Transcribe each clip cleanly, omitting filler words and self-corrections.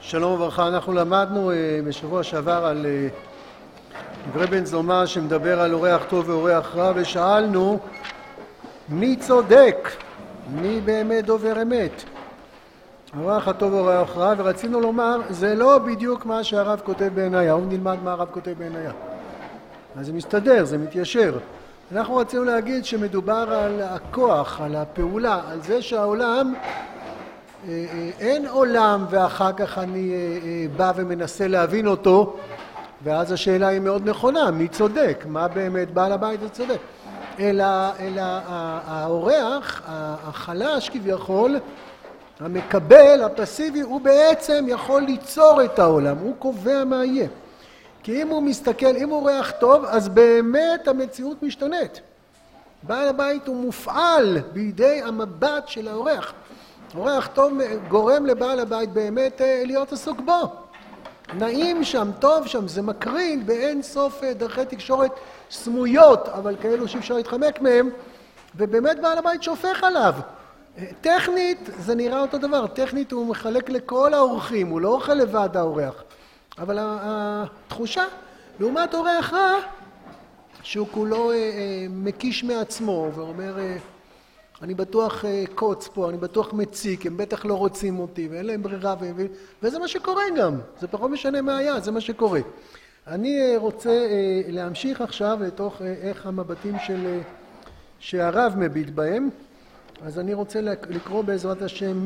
שלום וברכה, אנחנו למדנו בשבוע שעבר על דברי בן זומא שמדבר על אורח טוב ואורח רע, ושאלנו מי צודק, מי באמת דובר אמת, אורח הטוב ואורח רע, ורצינו לומר זה לא בדיוק מה שהרב כותב בעינייה. הוא נלמד מה הרב כותב בעינייה, אז זה מסתדר, זה מתיישר. אנחנו רצינו להגיד שמדובר על הכוח, על הפעולה, על זה שהעולם אין עולם ואחר כך אני בא ומנסה להבין אותו, ואז השאלה היא מאוד נכונה, מי צודק, מה באמת בעל הבית צודק, אלא האורח החלש כביכול, המקבל, הפסיבי, הוא בעצם יכול ליצור את העולם, הוא קובע מה יהיה. כי אם הוא מסתכל, אם הוא ריח טוב, אז באמת המציאות משתנית. בעל הבית הוא מופעל בידי המבט של האורח. אורח טוב גורם לבעל הבית באמת להיות עסוק בו. נעים שם, טוב שם, זה מקרין באין סוף דרכי תקשורת סמויות, אבל כאלו שאפשר להתחמק מהם, ובאמת בעל הבית שופך עליו. טכנית זה נראה אותו דבר, טכנית הוא מחלק לכל האורחים, הוא לא אוכל לבד האורח. אבל התחושה, לעומת אורח רע, שהוא כולו מקיש מעצמו ואומר, אני בטוח קוץ פה, אני בטוח מציק, הם בטח לא רוצים אותי ואין להם ברירה, וזה מה שקורה גם, זה פחות משנה מה היה, זה מה שקורה. אני רוצה להמשיך עכשיו לתוך איך המבטים שהרב מביט בהם, אז אני רוצה לקרוא בעזרת השם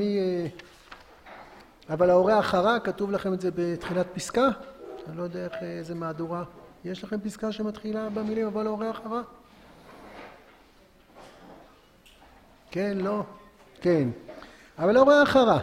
אבל האורח הרע, כתוב לכם את זה בתחילת פסקה, אני לא יודע איך זה מהדורה, יש לכם פסקה שמתחילה במילים אבל האורח הרע? כן, לא? כן. אבל האורח הרע,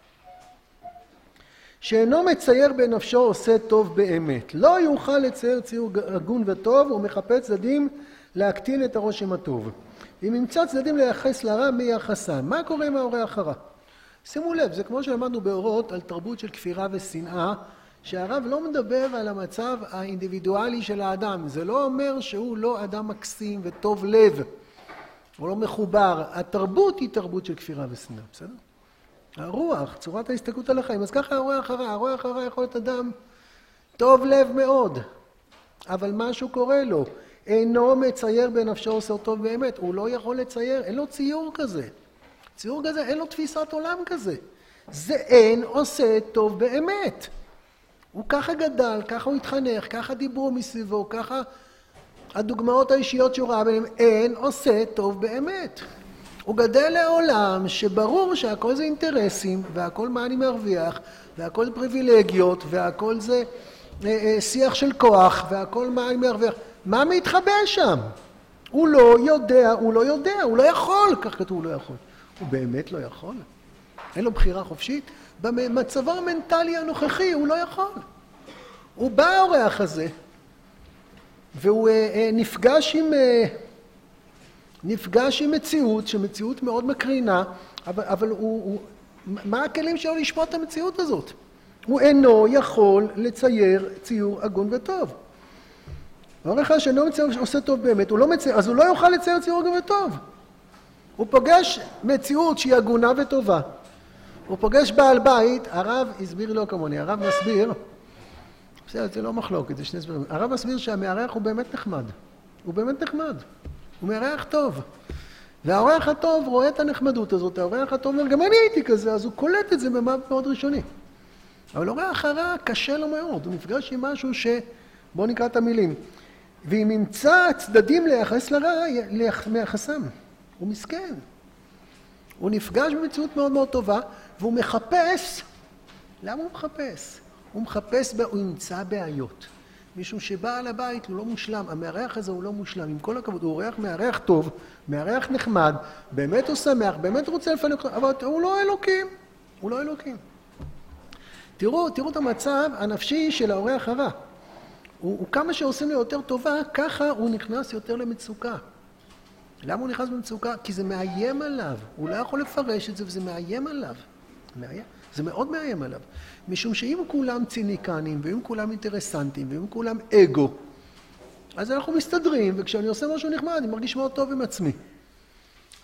שאינו מצייר בנפשו עושה טוב באמת, לא יוכל לצייר ציור הגון וטוב, הוא מחפש צדדים להקטין את הרושם הטוב. אם ימצא צדדים לייחס לרע, מי יחסם? מה קורה עם האורח הרע? שימו לב, זה כמו שלמדנו באורות על תרבות של כפירה ושנאה, שהרב לא מדבר על המצב האינדיבידואלי של האדם. זה לא אומר שהוא לא אדם מקסים וטוב לב, הוא לא מחובר. התרבות היא תרבות של כפירה ושנאה, בסדר? הרוח, צורת ההסתכלות על החיים. אז ככה האורח הרע. האורח הרע יכול להיות אדם טוב לב מאוד, אבל משהו קורה לו. אינו מצייר בנפשו עושה טוב באמת. הוא לא יכול לצייר, אין לו ציור כזה. ציור כזה, אין לו תפיסת עולם כזה. זה אין עושה טוב באמת. הוא ככה גדל, ככה הוא התחנך, ככה דיברו מסביבו, ככה הדוגמאות האישיות שהוא ראה בהם, אין עושה טוב באמת. הוא גדל לעולם שברור שהכל זה אינטרסים, והכל מה אני מרוויח, והכל זה פריבילגיות, והכל זה שיח של כוח, והכל מה אני מרוויח. מה מתחבא שם? הוא לא יודע, הוא לא יכול, כך כתוב, הוא לא יכול. הוא באמת לא יכול. אין לו בחירה חופשית. במצבו המנטלי הנוכחי הוא לא יכול. הוא בא האורח הזה, והוא נפגש עם מציאות, שמציאות מאוד מקרינה, אבל מה הכלים שלו לשפוט את המציאות הזאת? הוא אינו יכול לצייר ציור הגון וטוב. האורח שאינו מצייר עושה טוב באמת, אז הוא לא יוכל לצייר ציור הגון וטוב. הוא פוגש מציאות שהיא הגונה וטובה. הוא פוגש בעל בית, הרב הסביר לא כמוני, הרב מסביר, בסדר, זה לא מחלוקת, זה שני סבירים. הרב מסביר שהמארח הוא באמת נחמד. הוא באמת נחמד. הוא מארח טוב. והאורח הטוב רואה את הנחמדות הזאת. האורח הטוב אומר, גם אני הייתי כזה, אז הוא קולט את זה במבט מאוד ראשוני. אבל האורח הרע קשה לו מאוד. הוא נפגש עם משהו בואו נקרא את המילים. ואם ימצא צדדים לייחס לרע, מייחסם. הוא מסכן. הוא נפגש במציאות מאוד מאוד טובה, והוא מחפש. למה הוא מחפש? הוא ימצא בעיות. משום שבעל הבית הוא לא מושלם, המארח הזה הוא לא מושלם, עם כל הכבוד, הוא מארח טוב, מארח נחמד, באמת הוא שמח, באמת רוצה לפנק, אבל הוא לא אלוקים, הוא לא אלוקים. תראו את המצב הנפשי של האורח הרע. הוא כמה שעושים לו יותר טובה, ככה הוא נכנס יותר למצוקה. למה הוא נכנס במצוקה? כי זה מאיים עליו, הוא לא יכול לפרש את זה וזה מאיים עליו. זה מאוד מאיים עליו. משום שאם כולם ציניקנים, ואם כולם אינטרסנטים, ואם כולם אגו, אז אנחנו מסתדרים, וכשאני עושה משהו נחמד, אני מרגיש מאוד טוב עם עצמי.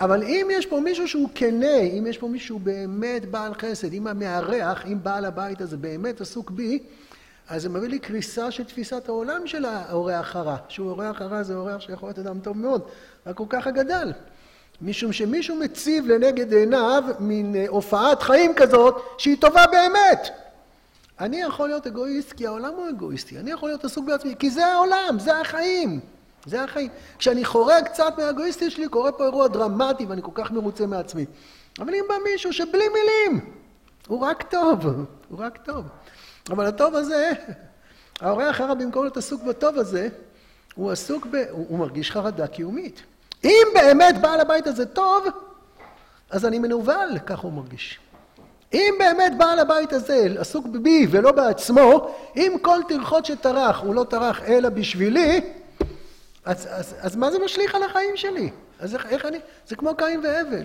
אבל אם יש פה מישהו שהוא כנה, אם יש פה מישהו באמת בעל חסד, אם המארח, אם בעל הבית הזה באמת עסוק בי, אז זה מביא לי קריסה של תפיסת העולם של האורח הרע. שהוא אורח הרע זה אורח שיכול להיות אדם טוב מאוד, רק הוא ככה גדל. משום שמישהו מציב לנגד עיניו מין הופעת חיים כזאת שהיא טובה באמת. אני יכול להיות אגואיסט כי העולם הוא אגואיסטי. אני יכול להיות עסוק בעצמי כי זה העולם, זה החיים. זה החיים. כשאני חורג קצת מהאגואיסטיות שלי, קורה פה אירוע דרמטי ואני כל כך מרוצה מעצמי. אבל אם בא מישהו שבלי מילים, הוא רק טוב, הוא רק טוב. אבל הטוב הזה, האורח הרע במקום להיות עסוק בטוב הזה, הוא עסוק הוא מרגיש חרדה קיומית. אם באמת בעל הבית הזה טוב, אז אני מנוול, כך הוא מרגיש. אם באמת בעל הבית הזה עסוק בי ולא בעצמו, אם כל תרחות שטרח הוא לא טרח אלא בשבילי, אז מה זה משליך על החיים שלי? אז איך אני? זה כמו קין והבל.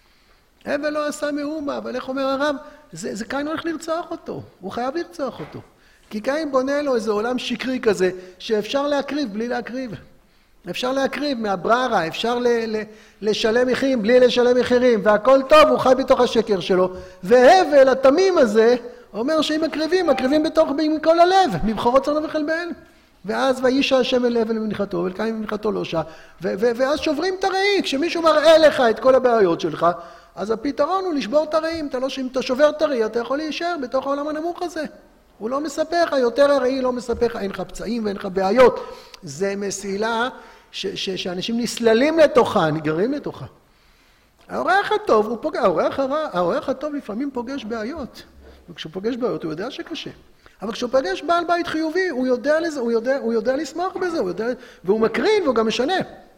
הבל לא עשה מאומה, אבל איך אומר הרב? זה קין הולך לרצוח אותו. הוא חייב לרצוח אותו. כי קין בונה לו איזה עולם שקרי כזה, שאפשר להקריב בלי להקריב. אפשר להקריב מהבררה, אפשר לשלם מחירים בלי לשלם מחירים, והכל טוב, הוא חי בתוך השקר שלו. והבל, התמים הזה, אומר שאם מקריבים, מקריבים מכל הלב, מבחורות צרנו וחלבן. ואז וישע השם אל הבל במנחתו, ולקין במנחתו לא שע. ואז שוברים את הראי, כשמישהו מראה לך את כל הבעיות שלך, אז הפתרון הוא לשבור את הרעים. אם אתה שובר את הראי, אתה יכול להישאר בתוך העולם הנמוך הזה. הוא לא מספר לך, יותר הראי לא מספר לך, אין לך פצעים ואין לך בעיות. זה מסילה שאנשים נסללים לתוכה, נגררים לתוכה. האורח הטוב, הוא פוגע, האורח הטוב לפעמים פוגש בעיות. וכשהוא פוגש בעיות, הוא יודע שקשה. אבל כשהוא פוגש בעל בית חיובי, הוא יודע לשמוח בזה, והוא מקרין והוא גם משנה.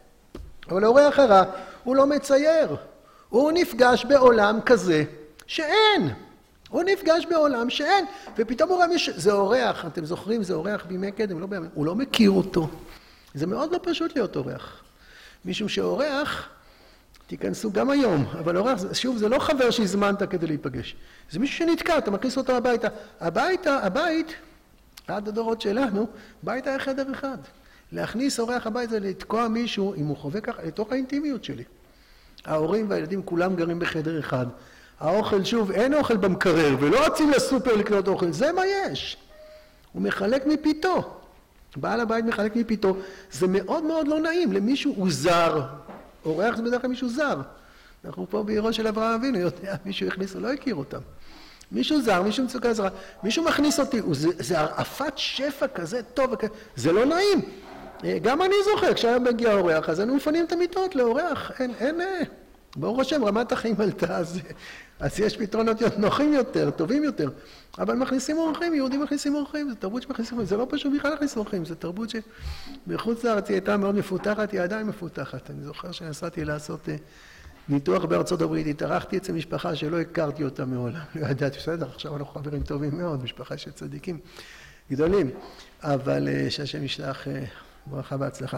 אבל האורח הרע, הוא לא מצייר. הוא נפגש בעולם כזה שאין. הוא נפגש בעולם שאין. ופתאום הוא רואה זה אורח, אתם זוכרים, זה אורח בימי קדם, הוא לא מכיר אותו. זה מאוד לא פשוט להיות אורח. משום שאורח, תיכנסו גם היום, אבל אורח, שוב, זה לא חבר שהזמנת כדי להיפגש. זה מישהו שנתקע, אתה מכניס אותו הביתה. הבית, עד הדורות שלנו, בית היה חדר אחד. להכניס אורח הבית זה לתקוע מישהו, אם הוא חווה ככה, לתוך האינטימיות שלי. ההורים והילדים כולם גרים בחדר אחד. האוכל, שוב, אין אוכל במקרר, ולא רצים לסופר לקנות אוכל, זה מה יש. הוא מחלק מפיתו. בעל הבית מחלק מפיתו. זה מאוד מאוד לא נעים, למישהו הוא זר. אורח זה בדרך כלל מישהו זר. אנחנו פה בעירו של אברהם אבינו, יודע, מישהו הכניס, הוא לא הכיר אותם. מישהו זר, מישהו מצוקה זרה, מישהו מכניס אותי, זה הרעפת שפע כזה טוב, זה לא נעים. גם אני זוכר, כשהיה מגיע אורח, אז אנו מפנים את המיטות לאורח, אין, ברוך השם, רמת החיים עלתה, אז יש פתרונות נוחים יותר, טובים יותר. אבל מכניסים אורחים, יהודים מכניסים אורחים, זה תרבות שמכניסים אורחים, זה לא פשוט בכלל להכניס אורחים, זה תרבות שבחוץ לארץ היא הייתה מאוד מפותחת, היא עדיין מפותחת. אני זוכר שנסעתי לעשות ניתוח בארצות הברית, התארחתי אצל משפחה שלא הכרתי אותה מעולם, לא ידעתי, בסדר, עכשיו אנחנו חברים טובים מאוד, משפחה של צדיקים גדולים, אבל שהשם ישלח ברכה והצלחה.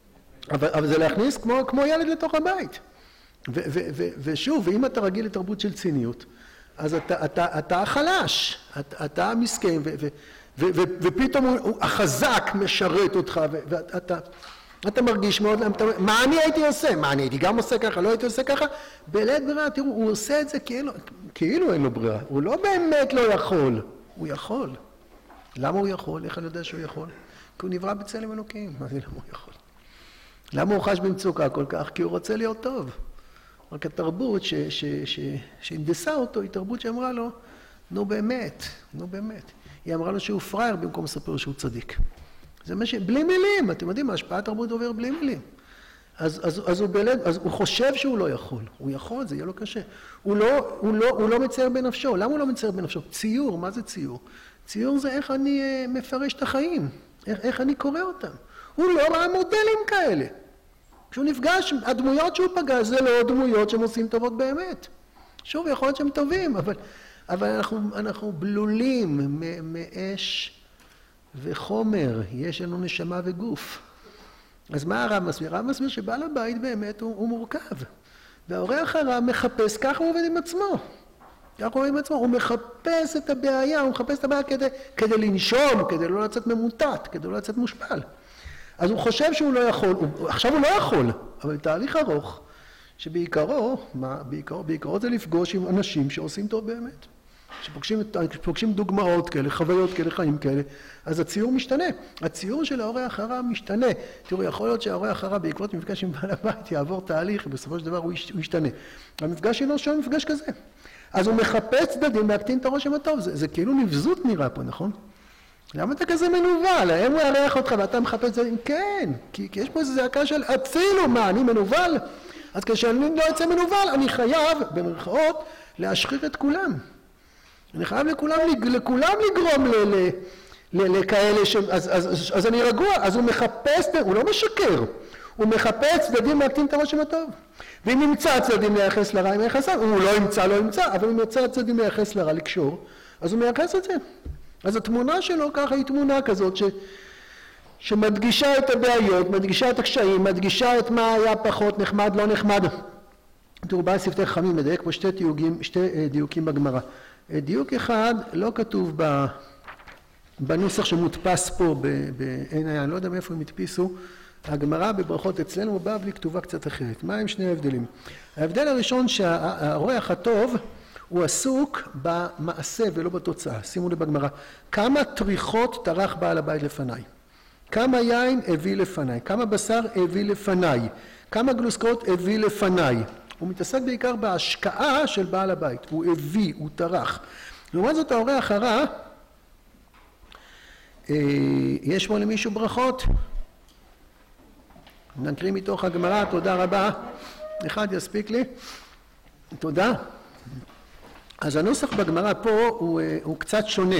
אבל זה להכניס כמו ילד לתוך הבית. ושוב, ואם אתה רגיל לתרבות של ציניות, אז אתה חלש, אתה מסכן, ופתאום החזק משרת אותך, ואתה מרגיש מאוד, מה אני הייתי עושה? מה אני הייתי גם עושה ככה, לא הייתי עושה ככה? בלית ברירה, תראו, הוא עושה את זה כאילו אין לו ברירה, הוא לא באמת לא יכול, הוא יכול. למה הוא יכול? איך אני יודע שהוא יכול? כי הוא נברא בצלם אלוקים, מה זה למה הוא יכול? למה הוא חש במצוקה כל כך? כי הוא רוצה להיות טוב. רק התרבות שהנדסה אותו היא תרבות שאמרה לו, נו באמת. היא אמרה לו שהוא פרייר במקום לספר שהוא צדיק. זה מה בלי מילים, אתם יודעים, ההשפעת תרבות עובר בלי מילים. אז הוא חושב שהוא לא יכול. הוא יכול, זה יהיה לו קשה. הוא לא מצייר בנפשו. למה הוא לא מצייר בנפשו? ציור, מה זה ציור? ציור זה איך אני מפרש את החיים. איך אני קורא אותם. הוא לא ראה מודלים כאלה. כשהוא נפגש, הדמויות שהוא פגש זה לא דמויות שהם עושים טובות באמת. שוב, יכול להיות שהם טובים, אבל אנחנו בלולים מאש וחומר, יש לנו נשמה וגוף. אז מה הרב מסביר? הרב מסביר שבעל הבית באמת הוא מורכב. והאורח הרע מחפש, ככה הוא עובד עם עצמו. הוא מחפש את הבעיה, הוא מחפש את הבעיה כדי לנשום, כדי לא לצאת ממוטט, כדי לא לצאת מושפל. אז הוא חושב שהוא לא יכול, עכשיו הוא לא יכול, אבל תהליך ארוך, בעיקרו זה לפגוש עם אנשים שעושים טוב באמת. שפוגשים דוגמאות כאלה, חוויות כאלה, חיים כאלה, אז הציור משתנה. הציור של ההורה אחריו משתנה. תראו, יכול להיות שההורה אחריו בעקבות מפגש עם בעל הבית יעבור תהליך, ובסופו של דבר הוא ישתנה. המפגש שלו שם מפגש כזה. אז הוא מחפש צדדים להקטין את הרושם הטוב. זה כאילו נבזות נראה פה, נכון? למה אתה כזה מנוול? האם הוא ירח אותך ואתה מחפש צדדים? כן, כי יש פה איזו זעקה של הצילו, מה, אני מנוול? אז כשאני לא יוצא מנוול, אני חייב, במרכאות, להשחיר את כולם. אני חייב לכולם לגרום לכאלה אז אני רגוע, אז הוא מחפש, הוא לא משקר, הוא מחפש צדדים להקטין את הרושם הטוב. ואם ימצא צדדים לייחס לרע, אם יחס, הוא לא ימצא, אבל אם ימצא צדדים לייחס לרע, לקשור, אז הוא מייחס את זה. אז התמונה שלו ככה היא תמונה כזאת שמדגישה את הבעיות, מדגישה את הקשיים, מדגישה את מה היה פחות נחמד, לא נחמד. תראו, בעל שפתי חכמים מדייק פה שתי דיוקים בגמרא. דיוק אחד לא כתוב בנוסח שמודפס פה בעין היה, אני לא יודע מאיפה הם הדפיסו, הגמרא בברכות אצלנו בבבלי כתובה קצת אחרת. מה הם שני ההבדלים? ההבדל הראשון שהאורח הטוב הוא עסוק במעשה ולא בתוצאה. שימו לב בגמרא, כמה טריחות טרח בעל הבית לפניי, כמה יין הביא לפניי, כמה בשר הביא לפניי, כמה גלוסקאות הביא לפניי. הוא מתעסק בעיקר בהשקעה של בעל הבית, הוא הביא, הוא טרח. לעומת זאת האורח הרע, יש פה למישהו ברכות? נקריא מתוך הגמרא, תודה רבה. אחד יספיק לי. תודה. אז הנוסח בגמרא פה הוא קצת שונה.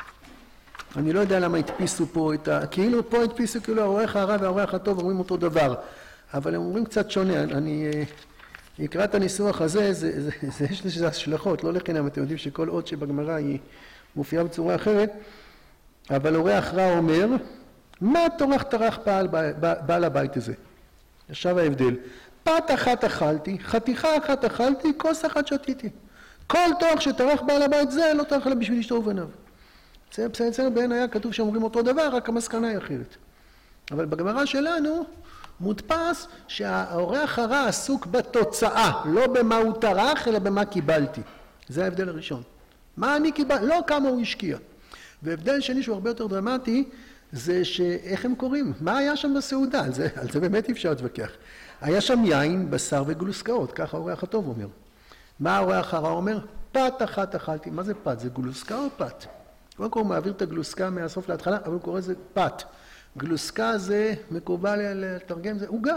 אני לא יודע למה הדפיסו פה כאילו פה הדפיסו כאילו האורח הרע והאורח הטוב אומרים אותו דבר. אבל הם אומרים קצת שונה. אני אקרא את הניסוח הזה, יש לזה השלכות, לא לחינם, אתם יודעים שכל עוד שבגמרא היא מופיעה בצורה אחרת, אבל אורח רע אומר, מה טרח בעל הבית הזה? עכשיו ההבדל, פת אחת אכלתי, חתיכה אחת אכלתי, כוס אחת שתיתי. כל טורח שטרח בעל הבית זה לא טרח לה בשביל אשתו ובניו. בסדר, בעין היה כתוב שאומרים אותו דבר, רק המסקנה היא אחרת. אבל בגמרא שלנו מודפס שהאורח הרע עסוק בתוצאה, לא במה הוא טרח, אלא במה קיבלתי. זה ההבדל הראשון. מה אני קיבלתי? לא כמה הוא השקיע. והבדל שני שהוא הרבה יותר דרמטי, זה שאיך הם קוראים? מה היה שם בסעודה? על זה באמת אפשר להתווכח. היה שם יין, בשר וגלוסקאות, ככה האורח הטוב אומר. מה האורח הרע אומר? פת אחת אכלתי. מה זה פת? זה גלוסקה או פת? קודם כל הוא מעביר את הגלוסקה מהסוף להתחלה, אבל הוא קורא לזה פת. גלוסקה זה מקובל לתרגם, זה עוגה.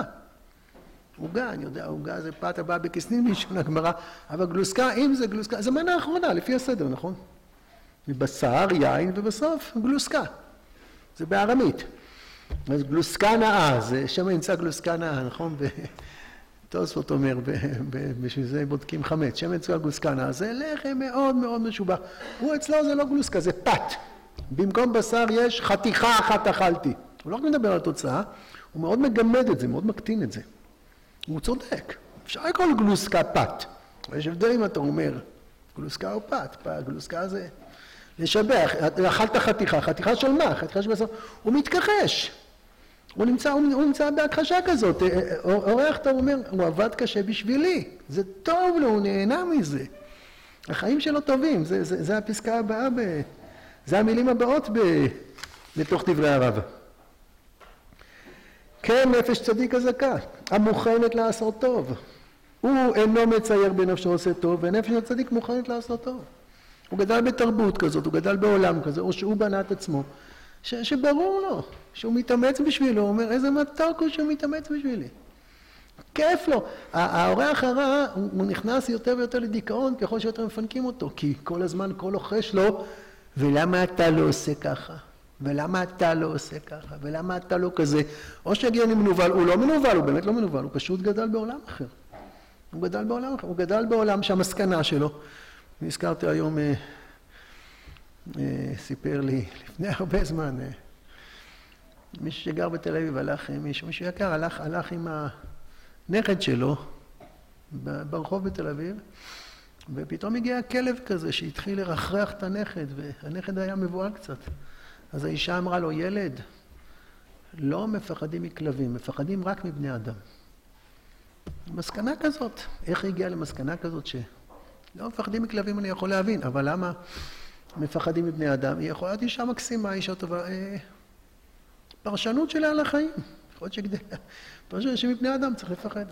עוגה, אני יודע, עוגה זה פת הבאה בכסנין משום הגמרא, אבל גלוסקה, אם זה גלוסקה, זה מנה האחרונה, לפי הסדר, נכון? בשר, יין ובסוף גלוסקה. זה בארמית. אז גלוסקה נאה, זה שם נמצא גלוסקה נאה, נכון? תוספות אומר, בשביל זה בודקים חמץ, שם נמצא גלוסקה נאה, זה לחם מאוד מאוד משובח. הוא אצלו זה לא גלוסקה, זה פת. במקום בשר יש חתיכה אחת אכלתי. הוא לא רק מדבר על תוצאה, הוא מאוד מגמד את זה, מאוד מקטין את זה. הוא צודק. אפשר לקרוא גלוסקה פת. יש הבדל אם אתה אומר, גלוסקה או פת. גלוסקה זה לשבח. אכלת חתיכה, חתיכה של מה? חתיכה של בשר. הוא מתכחש. הוא נמצא בהכחשה כזאת. אורח טוב אומר, הוא עבד קשה בשבילי. זה טוב לו, הוא נהנה מזה. החיים שלו טובים. זה הפסקה הבאה זה המילים הבאות בתוך דברי הרב. כן, נפש צדיק הזכה, המוכנת לעשות טוב. הוא אינו מצייר בנפשו עושה טוב, ונפש הצדיק מוכנת לעשות טוב. הוא גדל בתרבות כזאת, הוא גדל בעולם כזה, או שהוא בנה את עצמו, שברור לו, שהוא מתאמץ בשבילו, הוא אומר, איזה מתוק הוא שהוא מתאמץ בשבילי. כיף לו. האורח הרע, הוא נכנס יותר ויותר לדיכאון, ככל שיותר מפנקים אותו, כי כל הזמן כל לוחש לו, ולמה אתה לא עושה ככה? ולמה אתה לא עושה ככה? ולמה אתה לא כזה? או שיגיע אני מנוול, הוא לא מנוול, הוא באמת לא מנוול, הוא פשוט גדל בעולם אחר. הוא גדל בעולם אחר, הוא גדל בעולם שהמסקנה שלו. נזכרתי היום, סיפר לי לפני הרבה זמן, מישהו שגר בתל אביב הלך, מישהו יקר הלך עם הנכד שלו ברחוב בתל אביב, ופתאום הגיע כלב כזה שהתחיל לרחרח את הנכד, והנכד היה מבוהל קצת. אז האישה אמרה לו, ילד, לא מפחדים מכלבים, מפחדים רק מבני אדם. מסקנה כזאת. איך הגיעה למסקנה כזאת לא מפחדים מכלבים אני יכול להבין, אבל למה מפחדים מבני אדם? היא יכולה להיות אישה מקסימה, אישה טובה. פרשנות שלה על החיים. יכול להיות שגדלה. פרשנות שמבני אדם צריך לפחד.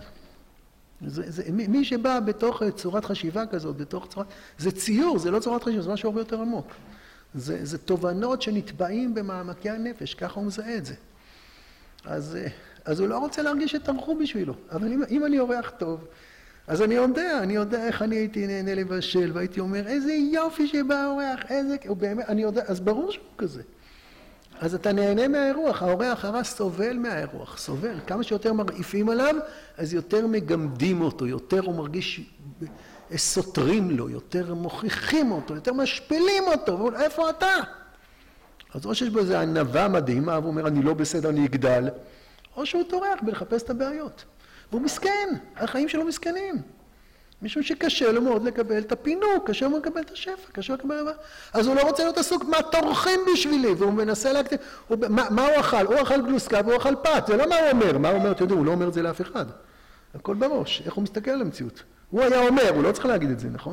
מי שבא בתוך צורת חשיבה כזאת, בתוך צורת... זה ציור, זה לא צורת חשיבה, זה משהו הרבה יותר עמוק. זה תובנות שנטבעים במעמקי הנפש, ככה הוא מזהה את זה. אז הוא לא רוצה להרגיש שתמכו בשבילו. אבל אם אני אורח טוב, אז אני יודע איך אני הייתי נהנה לבשל, והייתי אומר, איזה יופי שבא אורח, איזה... ובאמת, אני יודע, אז ברור שהוא כזה. אז אתה נהנה מהאירוח, האורח הרע סובל מהאירוח, סובל. כמה שיותר מרעיפים עליו, אז יותר מגמדים אותו, יותר הוא מרגיש סותרים לו, יותר מוכיחים אותו, יותר משפילים אותו, איפה אתה? אז או שיש בו איזו ענווה מדהימה, והוא אומר, אני לא בסדר, אני אגדל, או שהוא טורח בלחפש את הבעיות. והוא מסכן, החיים שלו מסכנים. משום שקשה לו מאוד לקבל את הפינוק, קשה לו לקבל את השפע, קשה לו לקבל... אז הוא לא רוצה להיות עסוק מה טורחים בשבילי, והוא מנסה להקטין... מה הוא אכל? הוא אכל גלוסקה והוא אכל פת, זה לא מה הוא אומר. מה הוא אומר? תדעו, הוא לא אומר את זה לאף אחד. הכל בראש, איך הוא מסתכל על המציאות. הוא היה אומר, הוא לא צריך להגיד את זה, נכון?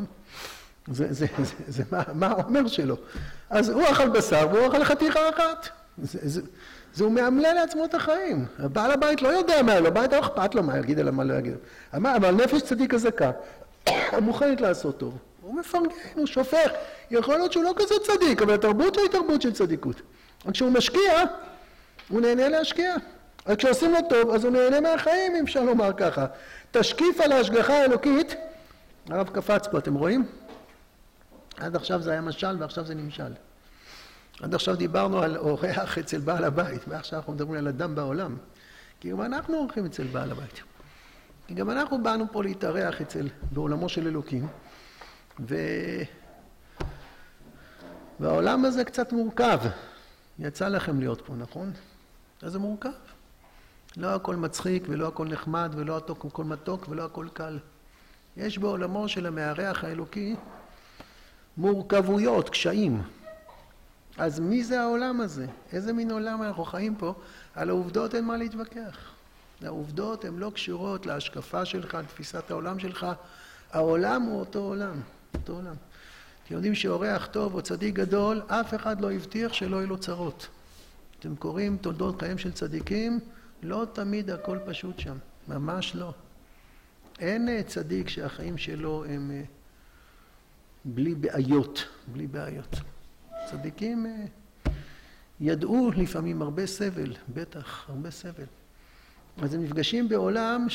זה מה האומר שלו. אז הוא אכל בשר והוא אכל חתיכה אחת. זה הוא מאמלל לעצמו את החיים. הבעל הבית לא יודע מה, לבית לא אכפת לו מה יגיד אלא מה לא יגיד. אבל נפש צדיק הזכה, מוכנת לעשות טוב. הוא מפרגן, הוא שופך. יכול להיות שהוא לא כזה צדיק, אבל התרבות שלו היא תרבות של צדיקות. כשהוא משקיע, הוא נהנה להשקיע. אז כשעושים לו טוב, אז הוא נהנה מהחיים, אם אפשר לומר ככה. תשקיף על ההשגחה האלוקית, הרב קפץ פה, אתם רואים? עד עכשיו זה היה משל ועכשיו זה נמשל. עד עכשיו דיברנו על אורח אצל בעל הבית, ועכשיו אנחנו מדברים על אדם בעולם. כי גם אנחנו אורחים אצל בעל הבית. כי גם אנחנו באנו פה להתארח בעולמו של אלוקים, והעולם הזה קצת מורכב. יצא לכם להיות פה, נכון? אז זה מורכב. לא הכל מצחיק ולא הכל נחמד ולא הכל מתוק ולא הכל קל. יש בעולמו של המארח האלוקי מורכבויות, קשיים. אז מי זה העולם הזה? איזה מין עולם אנחנו חיים פה? על העובדות אין מה להתווכח. העובדות הן לא קשורות להשקפה שלך, לתפיסת העולם שלך. העולם הוא אותו עולם, אותו עולם. אתם יודעים שאורח טוב או צדיק גדול, אף אחד לא הבטיח שלא יהיו לו צרות. אתם קוראים תולדות חיים של צדיקים, לא תמיד הכל פשוט שם, ממש לא. אין צדיק שהחיים שלו הם בלי בעיות, בלי בעיות. צדיקים ידעו לפעמים הרבה סבל, בטח, הרבה סבל. אז הם נפגשים בעולם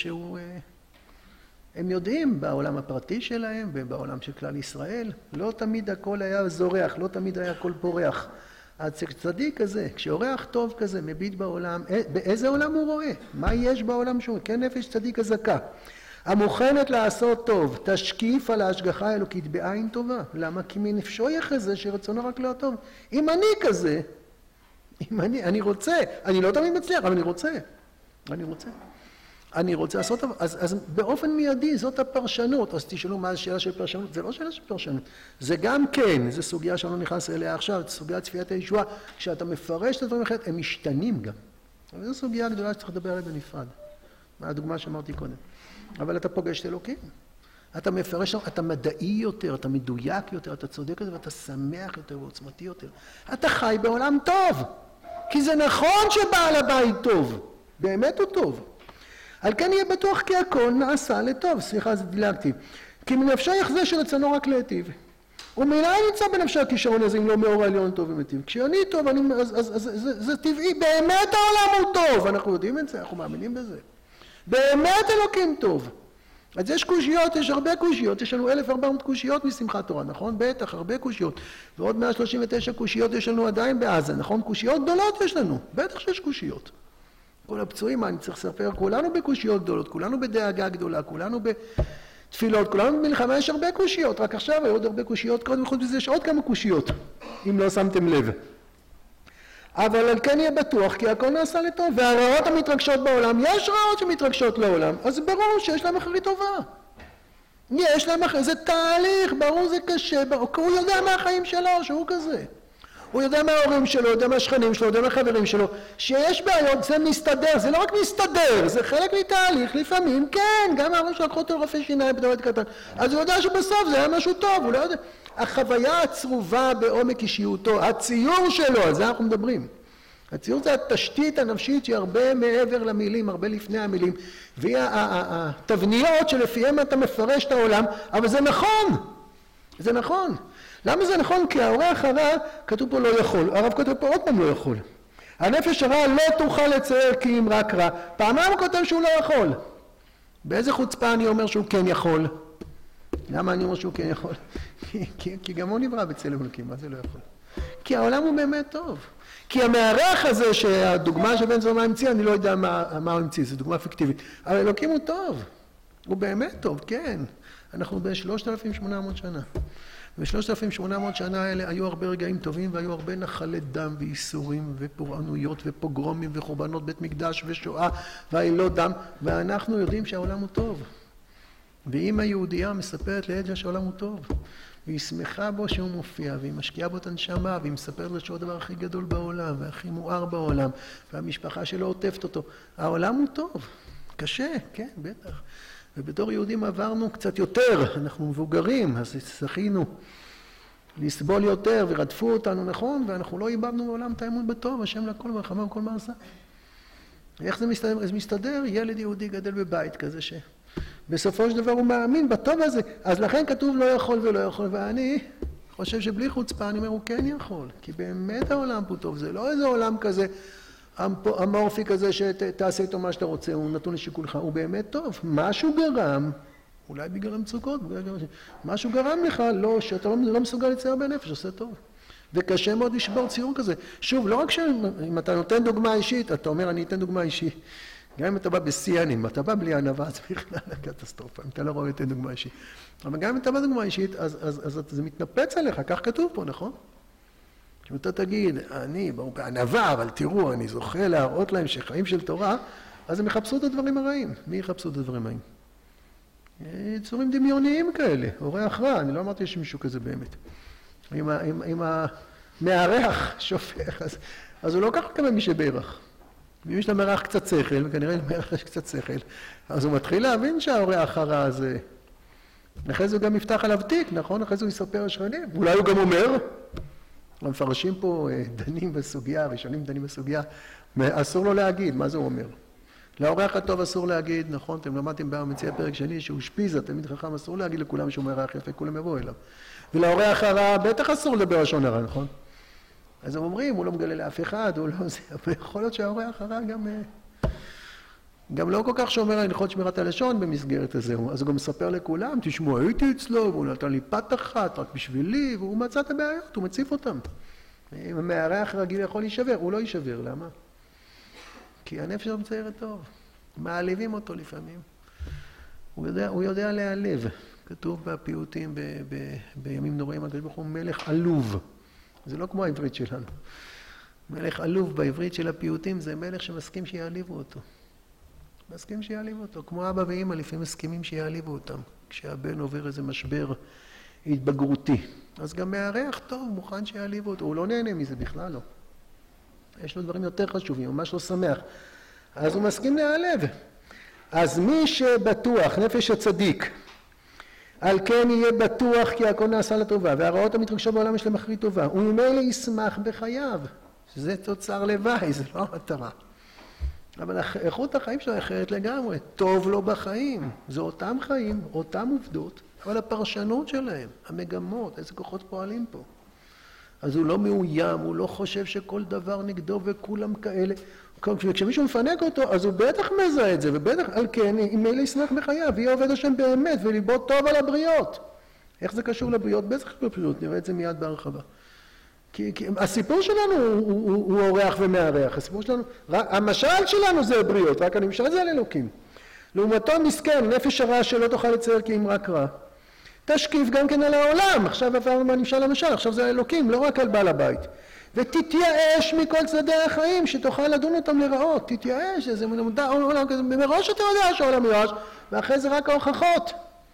הם יודעים בעולם הפרטי שלהם ובעולם של כלל ישראל, לא תמיד הכל היה זורח, לא תמיד היה הכל פורח. הצדיק הזה, כשאורח טוב כזה מביט בעולם, באיזה עולם הוא רואה? מה יש בעולם שהוא? כן, נפש צדיק הזכה. המוכנת לעשות טוב, תשקיף על ההשגחה האלוקית בעין טובה. למה? כי מנפשו יחזה שרצונו רק לא טוב. אם אני כזה, אני רוצה, אני לא תמיד מצליח, אבל אני רוצה לעשות טוב. אז באופן מיידי זאת הפרשנות. אז תשאלו מה השאלה של פרשנות? זה לא שאלה של פרשנות. זה גם כן, זו סוגיה שאני לא נכנס אליה עכשיו, סוגיה צפיית הישועה. כשאתה מפרש את הדברים אחרת, הם משתנים גם. אבל זו סוגיה גדולה שצריך לדבר עליה בנפרד. מה הדוגמה שאמרתי קודם. אבל אתה פוגש את אלוקים. אתה מפרש, אתה מדעי יותר, אתה מדויק יותר, אתה צודק יותר, ואתה שמח יותר ועוצמתי יותר. אתה חי בעולם טוב. כי זה נכון שבעל הבית טוב. באמת הוא טוב. על כן יהיה בטוח כי הכל נעשה לטוב. סליחה, זה דילגתי. כי מנפשו יחזה שרצונו רק להיטיב. ומילא נמצא בנפשו הכישרון הזה אם לא מאור העליון טוב ומיטיב. כשאני טוב, אז זה טבעי. באמת העולם הוא טוב. אנחנו יודעים את זה, אנחנו מאמינים בזה. באמת אלוקים טוב. אז יש קושיות, יש הרבה קושיות, יש לנו 1400 קושיות משמחת תורה, נכון? בטח, הרבה קושיות. ועוד 139 קושיות יש לנו עדיין בעזה, נכון? קושיות גדולות יש לנו, בטח שיש קושיות. כל הפצועים, מה אני צריך לספר? כולנו בקושיות גדולות, כולנו בדאגה גדולה, כולנו בתפילות, כולנו במלחמה, יש הרבה קושיות. רק עכשיו היו עוד הרבה קושיות, קודם כל בזה יש עוד כמה קושיות, אם לא שמתם לב. אבל על כן יהיה בטוח כי הכל נעשה לטוב, והרעות המתרגשות בעולם, יש רעות שמתרגשות לעולם, אז ברור שיש להם אחרי טובה. יש להם אחרי, זה תהליך, ברור זה קשה, הוא יודע מהחיים שלו שהוא כזה. הוא יודע מההורים שלו, יודע מהשכנים שלו, יודע מהחברים שלו, שיש בעיות, זה מסתדר, זה לא רק מסתדר, זה חלק מתהליך, לפעמים, כן, גם ההורים שלו לקחו אותו לרופא שיניים בתור ילד קטן, אז הוא יודע שבסוף זה היה משהו טוב, הוא לא יודע, החוויה הצרובה בעומק אישיותו, הציור שלו, על זה אנחנו מדברים. הציור זה התשתית הנפשית שהיא הרבה מעבר למילים, הרבה לפני המילים, והיא התבניות שלפיהם אתה מפרש את העולם, אבל זה נכון, זה נכון. למה זה נכון? כי האורח הרע, כתוב פה לא יכול, הרב כותב פה עוד פעם לא יכול. הנפש הרע לא תוכל לצייר כי אם רק רע, פעמיים הוא כותב שהוא לא יכול. באיזה חוצפה אני אומר שהוא כן יכול? למה אני אומר שהוא כן יכול? כי גם הוא נברא בצלם אלוקים, מה זה לא יכול? כי העולם הוא באמת טוב. כי המארח הזה שהדוגמה שבן זומא המציא, אני לא יודע מה הוא המציא, זו דוגמה פיקטיבית. אבל אלוקים הוא טוב, הוא באמת טוב, כן. אנחנו ב-3,800 שנה. ב-3,800 שנה האלה היו הרבה רגעים טובים והיו הרבה נחלי דם וייסורים ופורענויות ופוגרומים וחורבנות בית מקדש ושואה ועלילות דם, ואנחנו יודעים שהעולם הוא טוב. ואמא יהודייה מספרת לילד שהעולם הוא טוב. והיא שמחה בו שהוא מופיע, והיא משקיעה בו את הנשמה, והיא מספרת לו שהוא הדבר הכי גדול בעולם, והכי מואר בעולם, והמשפחה שלו עוטפת אותו. העולם הוא טוב, קשה, כן, בטח. ובתור יהודים עברנו קצת יותר, אנחנו מבוגרים, אז זכינו לסבול יותר, ורדפו אותנו, נכון, ואנחנו לא איבדנו בעולם את האמון בטוב, השם לכל מלחמה וכל מעשה. איך זה מסתדר? זה מסתדר, ילד יהודי גדל בבית כזה בסופו של דבר הוא מאמין בטוב הזה, אז לכן כתוב לא יכול ולא יכול, ואני חושב שבלי חוצפה אני אומר הוא כן יכול, כי באמת העולם פה טוב, זה לא איזה עולם כזה אמורפי כזה שתעשה איתו מה שאתה רוצה, הוא נתון לשיקולך, הוא באמת טוב, משהו גרם, אולי בגלל המצוקות, משהו גרם לך, לא, שאתה לא מסוגל לצייר בנפש, עושה טוב. וקשה מאוד לשבור ציור כזה. שוב, לא רק שאם אתה נותן דוגמה אישית, אתה אומר אני אתן דוגמה אישית, גם אם אתה בא בשיאנים, אתה בא בלי ענווה, זה בכלל הקטסטרופה, אם אתה לא רואה את דוגמה אישית. אבל גם אם אתה בא דוגמה אישית, אז זה מתנפץ עליך, כך כתוב פה, נכון? כשאתה תגיד, אני בענווה, אבל תראו, אני זוכה להראות להם שחיים של תורה, אז הם יחפשו את הדברים הרעים. מי יחפשו את הדברים הרעים? יצורים דמיוניים כאלה, אורח רע, אני לא אמרתי שיש מישהו כזה באמת. אם המארח שופך, אז הוא לא ככה כמה מי שבערך. ואם יש למארח קצת שכל, וכנראה למארח יש קצת שכל, אז הוא מתחיל להבין שהאורח הרע הזה, אחרי זה הוא גם יפתח עליו תיק, נכון? אחרי זה הוא יספר השכנים, אולי הוא גם אומר, המפרשים פה דנים בסוגיה, הראשונים דנים בסוגיה, אסור לו להגיד, מה זה הוא אומר? לאורח הטוב אסור להגיד, נכון? אתם למדתם במציע פרק שני שהוא שפיזה, תמיד חכם, אסור להגיד לכולם שהוא מארח יפה, כולם יבואו אליו. ולאורח הרע בטח אסור לדבר לשון הרע, נכון? אז הם אומרים, הוא לא מגלה לאף אחד, הוא לא זה, אבל יכול להיות שהאורח הרע גם לא כל כך שומר על הלכות שמירת הלשון במסגרת הזה, אז הוא גם מספר לכולם, תשמעו, הייתי אצלו, והוא נתן לי פת אחת, רק בשבילי, והוא מצא את הבעיות, הוא מציף אותם. אם המארח רגיל יכול להישבר, הוא לא יישבר, למה? כי הנפש שלו מציירת טוב, מעליבים אותו לפעמים. הוא יודע להעלב, כתוב בפיוטים בימים נוראים, הקדוש ברוך הוא מלך עלוב, זה לא כמו העברית שלנו. מלך עלוב בעברית של הפיוטים זה מלך שמסכים שיעליבו אותו. מסכים שיעליבו אותו, כמו אבא ואמא לפעמים מסכימים שיעליבו אותם, כשהבן עובר איזה משבר התבגרותי. אז גם מארח טוב, מוכן שיעליבו אותו, הוא לא נהנה מזה בכלל לא. יש לו דברים יותר חשובים, הוא ממש לא שמח. אז הוא מסכים להיעלב. אז מי שבטוח, נפש הצדיק, על כן יהיה בטוח כי הכל נעשה לטובה, והרעות המתרגשות בעולם יש להם אחרית טובה, וממילא ישמח בחייו, שזה תוצר לוואי, זה לא המטרה. אבל איכות החיים שלו אחרת לגמרי, טוב לו בחיים, זה אותם חיים, אותם עובדות, אבל הפרשנות שלהם, המגמות, איזה כוחות פועלים פה. אז הוא לא מאוים, הוא לא חושב שכל דבר נגדו וכולם כאלה. וכשמישהו מפנק אותו, אז הוא בטח מזהה את זה, ובטח על כן, אם מילא ישמח בחייו, יהיה עובד השם באמת, וליבו טוב על הבריות. איך זה קשור לבריות? בטח בבריות, נראה את זה מיד בהרחבה. כי הסיפור שלנו הוא אורח ומארח, הסיפור שלנו, המשל שלנו זה הבריות, רק הנמשל זה על אלוקים. לעומתו מסכן, נפש הרע שלא תוכל לצייר כי אם רק רע. תשקיף גם כן על העולם, עכשיו עברנו מהנמשל למשל, עכשיו זה אלוקים, לא רק על בעל הבית. ותתייאש מכל צדדי החיים, שתוכל לדון אותם לרעות, תתייאש, איזה עולם כזה, מראש אתה יודע שהעולם מיואש, ואחרי זה רק ההוכחות.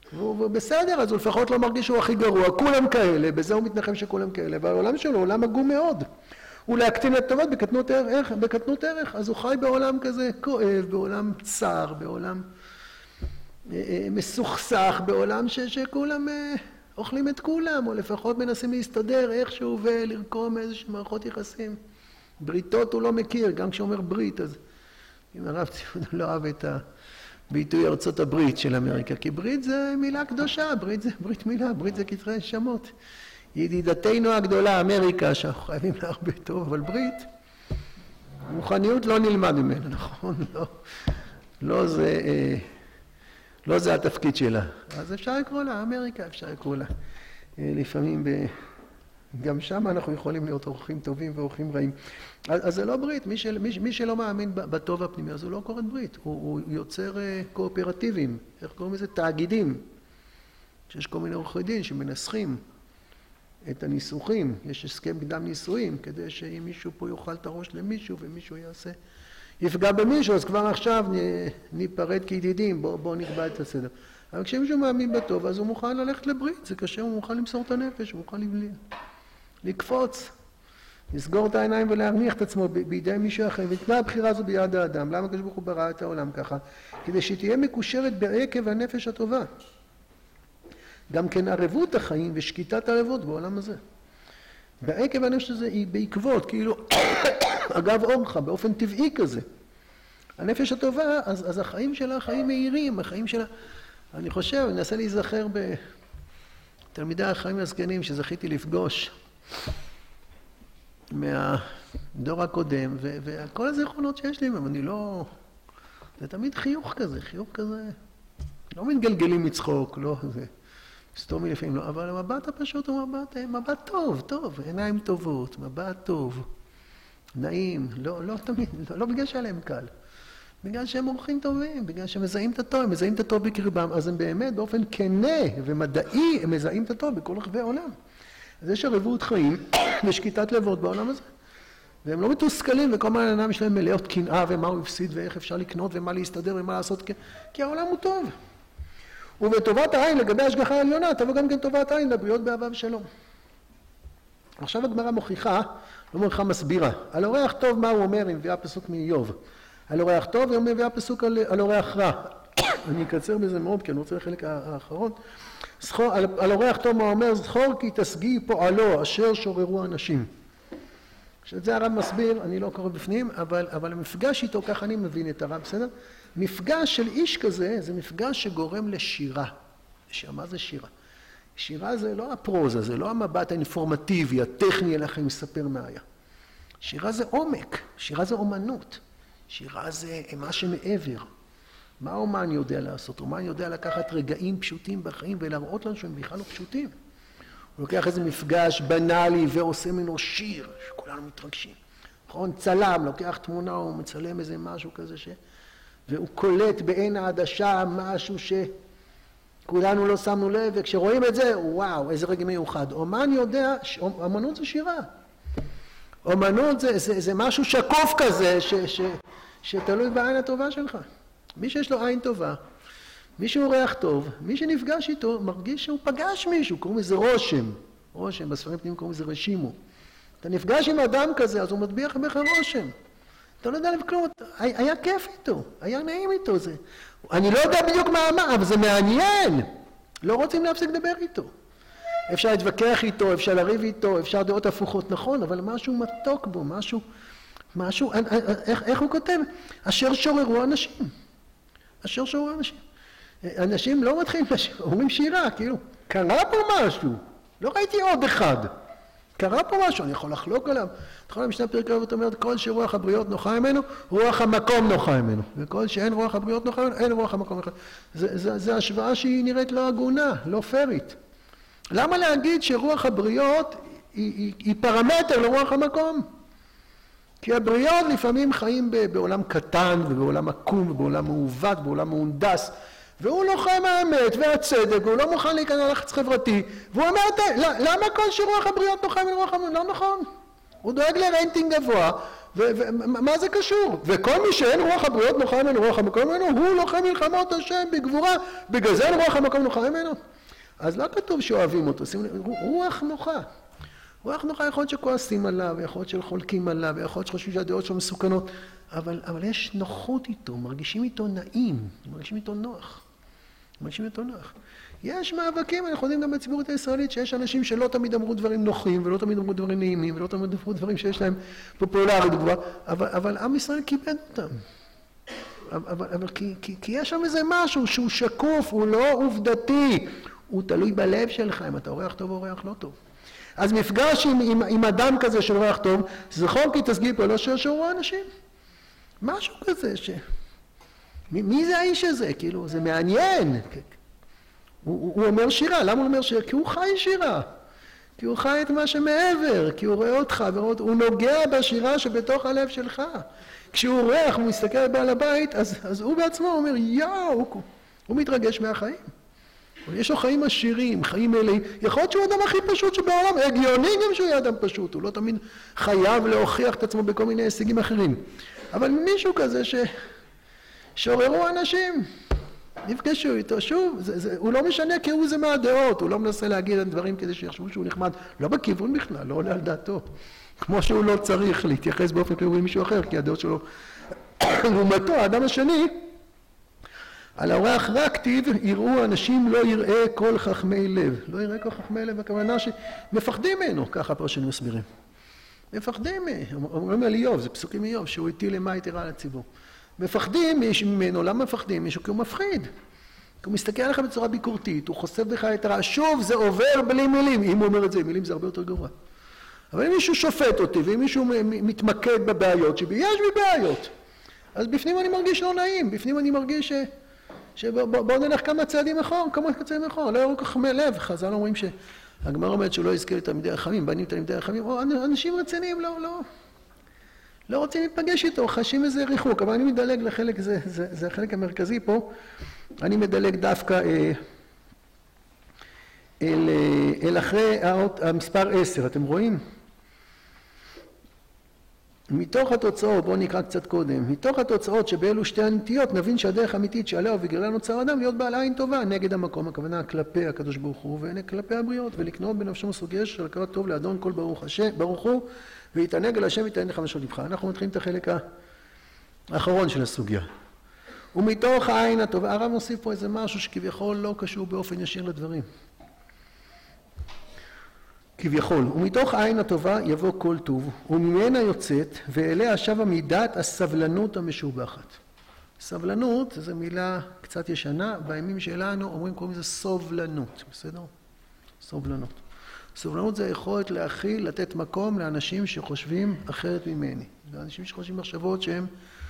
והוא בסדר, אז הוא לפחות לא מרגיש שהוא הכי גרוע, כולם כאלה, בזה הוא מתנחם שכולם כאלה, והעולם שלו הוא עולם עגום מאוד. הוא להקטין את טובות בקטנות ערך, אז הוא חי בעולם כזה כואב, בעולם צר, בעולם מסוכסך, בעולם שכולם אוכלים את כולם, או לפחות מנסים להסתדר איכשהו ולרקום איזושהי מערכות יחסים. בריתות הוא לא מכיר, גם כשאומר ברית, אז אם הרב ציון לא אהב את הביטוי ארצות הברית של אמריקה, כי ברית זה מילה קדושה, ברית זה ברית מילה, ברית זה קטרי שמות. ידידתנו הגדולה, אמריקה, שאנחנו חייבים לה הרבה טוב, אבל ברית, מוכניות לא נלמד ממנה, נכון? לא זה התפקיד שלה. אז אפשר לקרוא לה, אמריקה אפשר לקרוא לה. לפעמים גם שם אנחנו יכולים להיות אורחים טובים ואורחים רעים. אז זה לא ברית, מי שלא מאמין בטוב הפנימי, אז הוא לא קורא ברית, הוא יוצר קואופרטיבים, איך קוראים לזה? תאגידים. שיש כל מיני עורכי דין שמנסחים את הניסוחים, יש הסכם קדם נישואים, כדי שאם מישהו פה יאכל את הראש למישהו ומישהו יפגע במישהו, אז כבר עכשיו ניפרד כידידים, בואו נקבע את הסדר. אבל כשמישהו מאמין בטוב, אז הוא מוכן ללכת לברית, זה קשה, הוא מוכן למסור את הנפש, הוא מוכן לקפוץ, לסגור את העיניים ולהרניח את עצמו בידי מישהו אחר, ותנאי הבחירה הזו ביד האדם. למה הקדוש ברוך הוא ברא את העולם ככה? כדי שתהיה מקושרת בעקב הנפש הטובה. גם כן ערבות החיים ושקיטת הערבות בעולם הזה. בעקב הנפש הזה היא בעקבות, כאילו, אגב אורחה, באופן טבעי כזה. הנפש הטובה, אז החיים שלה חיים מהירים, החיים שלה, אני חושב, אני אנסה להיזכר בתלמידי החיים הזקנים שזכיתי לפגוש מהדור הקודם, וכל הזיכרונות שיש לי, אני לא, זה תמיד חיוך כזה, לא מתגלגלים מצחוק, לא, זה סתומי לפעמים לא, אבל המבט הפשוט הוא מבט טוב, עיניים טובות, מבט טוב, נעים, לא תמיד, לא בגלל שעליהם קל, בגלל שהם אורחים טובים, בגלל שהם מזהים את הטוב, הם מזהים את הטוב בקרבם, אז הם באמת באופן כנה ומדעי, הם מזהים את הטוב בכל רחבי העולם. אז יש ערבות חיים ושקיטת לבבות בעולם הזה. והם לא מתוסכלים, וכל מיני העיניים שלהם מלאות קנאה ומה הוא הפסיד ואיך אפשר לקנות ומה להסתדר ומה לעשות, כי העולם הוא טוב. ובטובת העין לגבי השגחה העליונה, תבוא גם כן טובת העין לבריות באהבה ושלום. עכשיו הגמרא מוכיחה, לא מוכיחה מסבירה, על אורח טוב מה הוא אומר, היא מביאה פסוק מאיוב. על אורח טוב היא מביאה פסוק על אורח רע. אני אקצר בזה מאוד כי אני רוצה לחלק האחרון. על אורח טוב מה הוא אומר, זכור כי תשגיא פועלו אשר שוררו אנשים. שאת זה הרב מסביר, אני לא קורא בפנים, אבל המפגש איתו, כך אני מבין את הרב, בסדר? מפגש של איש כזה, זה מפגש שגורם לשירה. מה זה שירה? שירה זה לא הפרוזה, זה לא המבט האינפורמטיבי, הטכני, אלא איך אני מספר מה היה. שירה זה עומק, שירה זה אומנות, שירה זה מה שמעבר. מה האומן יודע לעשות? אומן יודע לקחת רגעים פשוטים בחיים ולהראות לנו שהם בכלל לא פשוטים. הוא לוקח איזה מפגש בנאלי ועושה ממנו שיר, שכולנו מתרגשים. נכון? צלם, לוקח תמונה, הוא מצלם איזה משהו כזה והוא קולט בעין העדשה משהו שכולנו לא שמנו לב, וכשרואים את זה, וואו, איזה רגע מיוחד. אומן יודע, אומנות זה שירה. אומנות זה משהו שקוף כזה, שתלוי בעין הטובה שלך. מי שיש לו עין טובה, מי שהוא ריח טוב, מי שנפגש איתו מרגיש שהוא פגש מישהו, קוראים לזה רושם, בספרים פנימיים קוראים לזה רשימו. אתה נפגש עם אדם כזה, אז הוא מטביע בך רושם. אתה לא יודע כלום, היה כיף איתו, היה נעים איתו. אני לא יודע בדיוק מה אמר, אבל זה מעניין. לא רוצים להפסיק לדבר איתו. אפשר להתווכח איתו, אפשר לריב איתו, אפשר דעות הפוכות, נכון, אבל משהו מתוק בו, משהו, איך הוא כותב? אשר שוררו אנשים. אנשים לא מתחילים, אומרים שירה, כאילו, קרה פה משהו, לא ראיתי עוד אחד. קרה פה משהו, אני יכול לחלוק עליו. נכון, המשנה פרק רבות אומרת, כל שרוח הבריות נוחה ממנו, רוח המקום נוחה ממנו. וכל שאין רוח הבריות נוחה ממנו, אין רוח המקום נוחה. זה השוואה שהיא נראית לא הגונה, לא פרית. למה להגיד שרוח הבריות היא פרמטר לרוח המקום? כי הבריות לפעמים חיים בעולם קטן ובעולם עקום ובעולם מעוות, בעולם מהונדס, והוא לא חי מהאמת והצדק, והוא לא מוכן להיכנס ללחץ חברתי, והוא אומר, למה כל שרוח הבריות נוחה מרוח המקום? לא נכון. הוא דואג לרנטינג גבוה, ומה זה קשור? וכל מי שאין רוח הבריות נוחה ממנו, רוח המקום ממנו, הוא לוחם מלחמות השם בגבורה, בגלל זה אין רוח המקום נוחה ממנו. אז לא כתוב שאוהבים אותו, רוח נוחה. רוח נוחה יכול להיות שכועסים עליו, יכול להיות שחולקים עליו, יכול להיות שחושבים שהדעות שלו מסוכנות, אבל יש נוחות איתו, מרגישים איתו נעים, מרגישים איתו נוח. מרגישים איתו נוח. יש מאבקים, אנחנו יודעים גם בציבורית הישראלית, שיש אנשים שלא תמיד אמרו דברים נוחים, ולא תמיד אמרו דברים נעימים, ולא תמיד אמרו דברים שיש להם פופולריות גבוהה, אבל עם ישראל כיבד אותם. אבל כי יש שם איזה משהו שהוא שקוף, הוא לא עובדתי, הוא תלוי בלב שלך, אם אתה אורח טוב או אורח לא טוב. אז מפגש עם אדם כזה של אורח טוב, זכור כי תסגי פה, לא שהוא אנשים. משהו כזה מי זה האיש הזה? כאילו, זה מעניין. הוא אומר שירה, למה הוא אומר שירה? כי הוא חי שירה. כי הוא חי את מה שמעבר, כי הוא רואה אותך, הוא נוגע בשירה שבתוך הלב שלך. כשהוא אורח, הוא מסתכל על בעל הבית, אז הוא בעצמו אומר, יאו, הוא מתרגש מהחיים. יש לו חיים עשירים, חיים מלאים. יכול להיות שהוא האדם הכי פשוט שבעולם, הגיוני גם שהוא יהיה אדם פשוט, הוא לא תמיד חייב להוכיח את עצמו בכל מיני הישגים אחרים. אבל מישהו כזה שעוררו אנשים, נפגשו איתו, שוב, הוא לא משנה כי הוא זה מהדעות, הוא לא מנסה להגיד דברים כדי שיחשבו שהוא נחמד, לא בכיוון בכלל, לא עולה על דעתו. כמו שהוא לא צריך להתייחס באופן חיובי למישהו אחר, כי הדעות שלו, לעומתו, האדם השני, על האורח רק כתיב, יראו אנשים לא יראה כל חכמי לב. לא יראה כל חכמי לב, הכוונה שמפחדים ממנו, ככה הפרשנים מסבירים. מפחדים אומרים על איוב, זה פסוקים מאיוב, שהוא הטיל אימה יתרה על הציבור. מפחדים ממנו, למה מפחדים? מישהו כי הוא מפחיד. כי הוא מסתכל עליך בצורה ביקורתית, הוא חושף בך את הרע. שוב, זה עובר בלי מילים. אם הוא אומר את זה, מילים זה הרבה יותר גרוע. אבל אם מישהו שופט אותי, ואם מישהו מתמקד בבעיות שבי, יש בי בעיות. אז בפנים אני מרגיש לא נעים, בפנים אני מרגיש שבואו נלך כמה צעדים אחור, לא יראו חכמי לב. חז"ל אומרים שהגמרא אומרת שהוא לא יזכה לתלמידי החכמים, בנים תלמידי החכמים, או אנשים רציניים לא רוצים להיפגש איתו, חשים איזה ריחוק, אבל אני מדלג לחלק, זה החלק המרכזי פה, אני מדלג דווקא אל אחרי המספר 10, אתם רואים? מתוך התוצאות, בואו נקרא קצת קודם, מתוך התוצאות שבאלו שתי הנטיות נבין שהדרך האמיתית שעליה ובגללה נוצר אדם להיות בעל עין טובה נגד המקום, הכוונה כלפי הקדוש ברוך הוא וכלפי הבריות, ולקנות בנפשו מסוגיה של הכרת טוב לאדון כל ברוך הוא ויתענג על השם ויתענג לך משול לבך. אנחנו מתחילים את החלק האחרון של הסוגיה. ומתוך העין הטובה, הרב מוסיף פה איזה משהו שכביכול לא קשור באופן ישיר לדברים. כביכול, ומתוך העין הטובה יבוא כל טוב, וממנה יוצאת, ואליה שבה מידת הסבלנות המשובחת. סבלנות, זו מילה קצת ישנה, בימים שלנו אומרים קוראים לזה סובלנות, בסדר? סובלנות. סובלנות זה יכולת להכיל, לתת מקום לאנשים שחושבים אחרת ממני. לאנשים שחושבים מחשבות שהן